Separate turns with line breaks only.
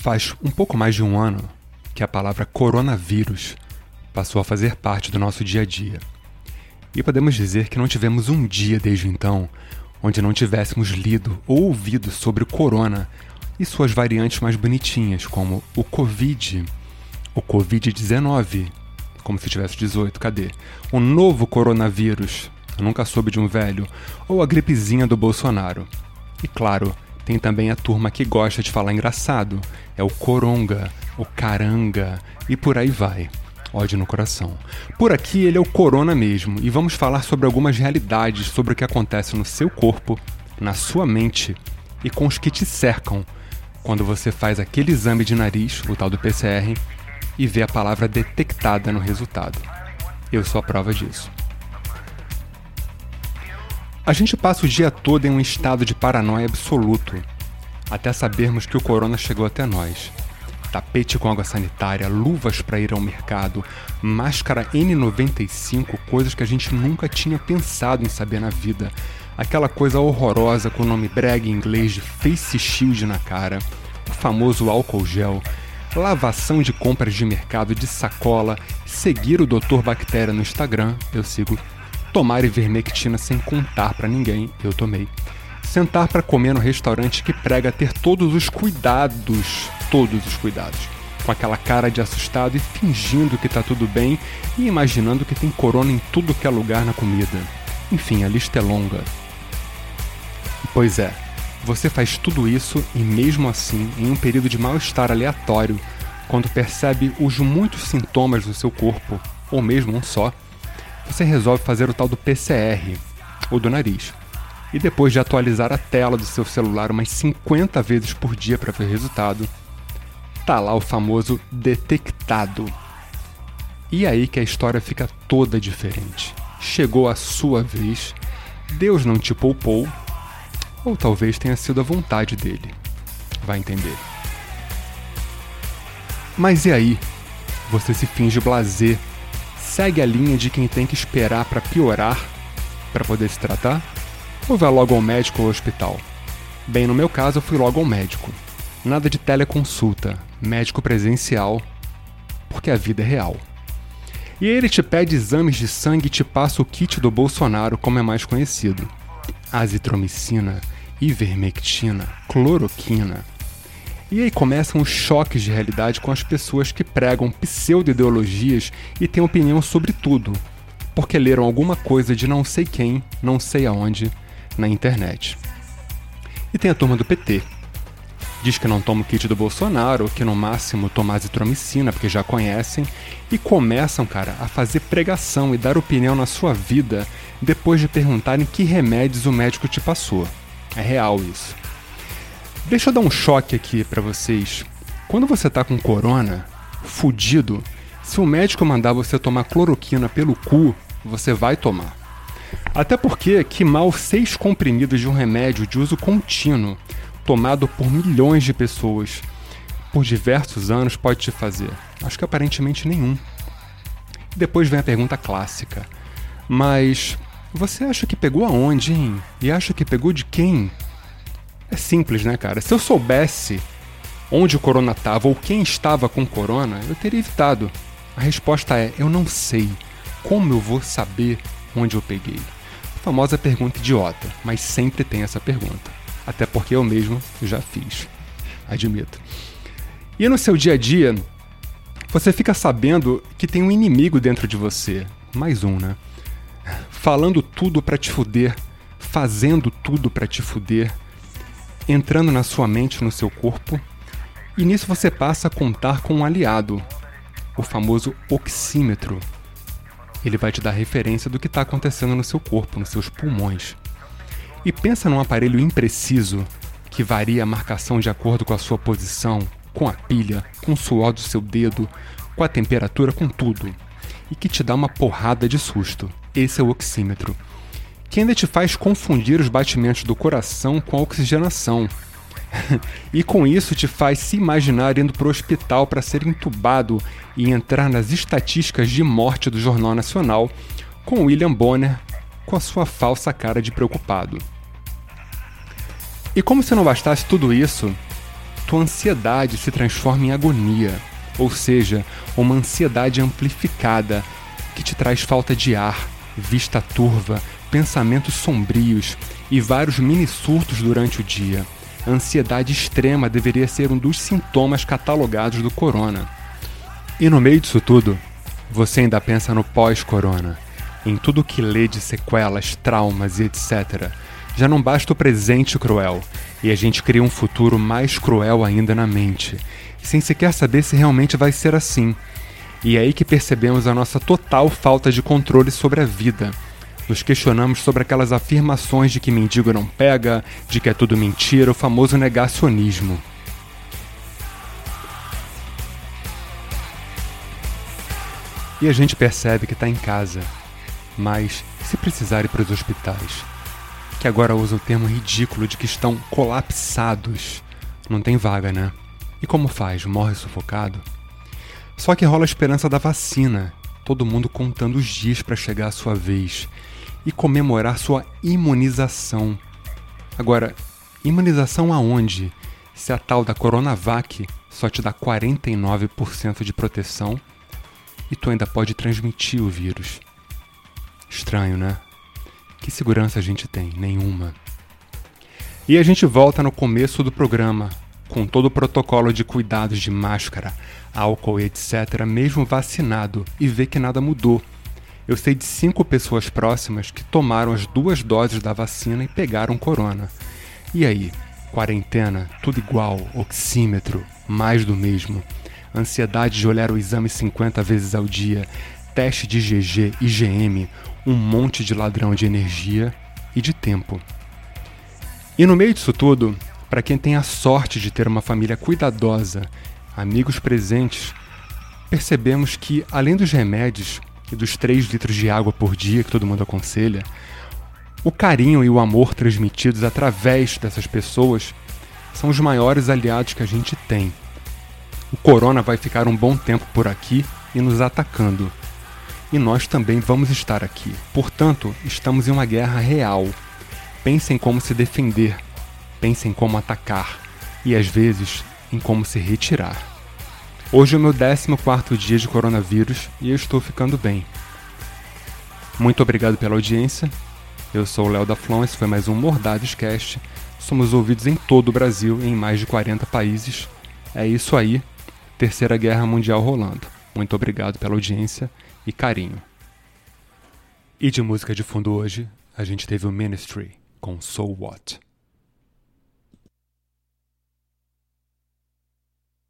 Faz um pouco mais de um ano que a palavra coronavírus passou a fazer parte do nosso dia a dia. E podemos dizer que não tivemos um dia desde então onde não tivéssemos lido ou ouvido sobre o corona e suas variantes mais bonitinhas, como o Covid, o Covid-19, como se tivesse 18, cadê? O novo coronavírus, eu nunca soube de um velho, ou a gripezinha do Bolsonaro. E claro, tem também a turma que gosta de falar engraçado, é o coronga, o caranga e por aí vai. Ódio no coração. Por aqui ele é o corona mesmo e vamos falar sobre algumas realidades sobre o que acontece no seu corpo, na sua mente e com os que te cercam quando você faz aquele exame de nariz, o tal do PCR, e vê a palavra detectada no resultado. Eu sou a prova disso. A gente passa o dia todo em um estado de paranoia absoluto, até sabermos que o corona chegou até nós. Tapete com água sanitária, luvas para ir ao mercado, máscara N95, coisas que a gente nunca tinha pensado em saber na vida. Aquela coisa horrorosa com o nome brega em inglês de face shield na cara, o famoso álcool gel, lavação de compras de mercado de sacola, seguir o Dr. Bactéria no Instagram, eu sigo, tomar ivermectina sem contar para ninguém, eu tomei. Sentar para comer no restaurante que prega ter todos os cuidados, com aquela cara de assustado e fingindo que tá tudo bem e imaginando que tem corona em tudo que é lugar na comida. Enfim, a lista é longa. Pois é, você faz tudo isso e mesmo assim, em um período de mal-estar aleatório, quando percebe os muitos sintomas do seu corpo, ou mesmo um só, você resolve fazer o tal do PCR, ou do nariz. E depois de atualizar a tela do seu celular umas 50 vezes por dia para ver o resultado, tá lá o famoso detectado. E aí que a história fica toda diferente. Chegou a sua vez, Deus não te poupou, ou talvez tenha sido a vontade dele. Vai entender. Mas e aí? Você se finge blasé, segue a linha de quem tem que esperar para piorar para poder se tratar? Ou vai logo ao médico ou ao hospital? Bem, no meu caso eu fui logo ao médico. Nada de teleconsulta, médico presencial, porque a vida é real. E aí ele te pede exames de sangue e te passa o kit do Bolsonaro, como é mais conhecido. Azitromicina, ivermectina, cloroquina. E aí começam os choques de realidade com as pessoas que pregam pseudo-ideologias e têm opinião sobre tudo, porque leram alguma coisa de não sei quem, não sei aonde, na internet. E tem a turma do PT. Diz que não toma o kit do Bolsonaro, que no máximo toma azitromicina, porque já conhecem, e começam, cara, a fazer pregação e dar opinião na sua vida depois de perguntarem que remédios o médico te passou. É real isso. Deixa eu dar um choque aqui pra vocês. Quando você tá com corona, fudido, se o médico mandar você tomar cloroquina pelo cu, você vai tomar. Até porque, que mal 6 comprimidos de um remédio de uso contínuo, tomado por milhões de pessoas, por diversos anos, pode te fazer? Acho que aparentemente nenhum. Depois vem a pergunta clássica. Mas você acha que pegou aonde, hein? E acha que pegou de quem? É simples, né, cara? Se eu soubesse onde o corona estava ou quem estava com corona, eu teria evitado. A resposta é, eu não sei. Como eu vou saber onde eu peguei? A famosa pergunta idiota, mas sempre tem essa pergunta. Até porque eu mesmo já fiz. Admito. E no seu dia a dia, você fica sabendo que tem um inimigo dentro de você. Mais um, né? Falando tudo pra te fuder, fazendo tudo pra te fuder, entrando na sua mente, no seu corpo, e nisso você passa a contar com um aliado, o famoso oxímetro. Ele vai te dar referência do que está acontecendo no seu corpo, nos seus pulmões. E pensa num aparelho impreciso, que varia a marcação de acordo com a sua posição, com a pilha, com o suor do seu dedo, com a temperatura, com tudo. E que te dá uma porrada de susto. Esse é o oxímetro. Que ainda te faz confundir os batimentos do coração com a oxigenação. E com isso te faz se imaginar indo para o hospital para ser entubado e entrar nas estatísticas de morte do Jornal Nacional com William Bonner com a sua falsa cara de preocupado. E como se não bastasse tudo tua ansiedade se transforma em agonia, ou seja, uma ansiedade amplificada que te traz falta de ar, vista turva, pensamentos sombrios e vários mini surtos durante o dia. A ansiedade extrema deveria ser um dos sintomas catalogados do corona. E no meio disso tudo, você ainda pensa no pós-corona, em tudo que lê de sequelas, traumas e etc. Já não basta o presente cruel, e a gente cria um futuro mais cruel ainda na mente, sem sequer saber se realmente vai ser assim. E é aí que percebemos a nossa total falta de controle sobre a vida. Nos questionamos sobre aquelas afirmações de que mendigo não pega, de que é tudo mentira, o famoso negacionismo. E a gente percebe que está em casa, mas se precisar ir para os hospitais, que agora usam o termo ridículo de que estão colapsados, não tem vaga, né? E como faz? Morre sufocado? Só que rola a esperança da vacina, todo mundo contando os dias para chegar a sua vez e comemorar sua imunização. Agora, imunização aonde? Se a tal da Coronavac só te dá 49% de proteção e tu ainda pode transmitir o vírus. Estranho, né? Que segurança a gente tem? Nenhuma. E a gente volta no começo do programa, com todo o protocolo de cuidados de máscara, álcool e etc., mesmo vacinado, e vê que nada mudou. Eu sei de 5 pessoas próximas que tomaram as 2 doses da vacina e pegaram corona. E aí? Quarentena, tudo igual, oxímetro, mais do mesmo. Ansiedade de olhar o exame 50 vezes ao dia, teste de IgG, IgM, um monte de ladrão de energia e de tempo. E no meio disso tudo, para quem tem a sorte de ter uma família cuidadosa, amigos presentes, percebemos que, além dos remédios e dos 3 litros de água por dia que todo mundo aconselha, o carinho e o amor transmitidos através dessas pessoas são os maiores aliados que a gente tem. O corona vai ficar um bom tempo por aqui e nos atacando. E nós também vamos estar aqui. Portanto, estamos em uma guerra real. Pensem em como se defender. Pensem em como atacar. E, às vezes, em como se retirar. Hoje é o meu 14º dia de coronavírus e eu estou ficando bem. Muito obrigado pela audiência. Eu sou o Léo da Flon, esse foi mais um Mordados Cast. Somos ouvidos em todo o Brasil e em mais de 40 países. É isso aí. Terceira Guerra Mundial rolando. Muito obrigado pela audiência e carinho. E de música de fundo hoje, a gente teve o Ministry com So What.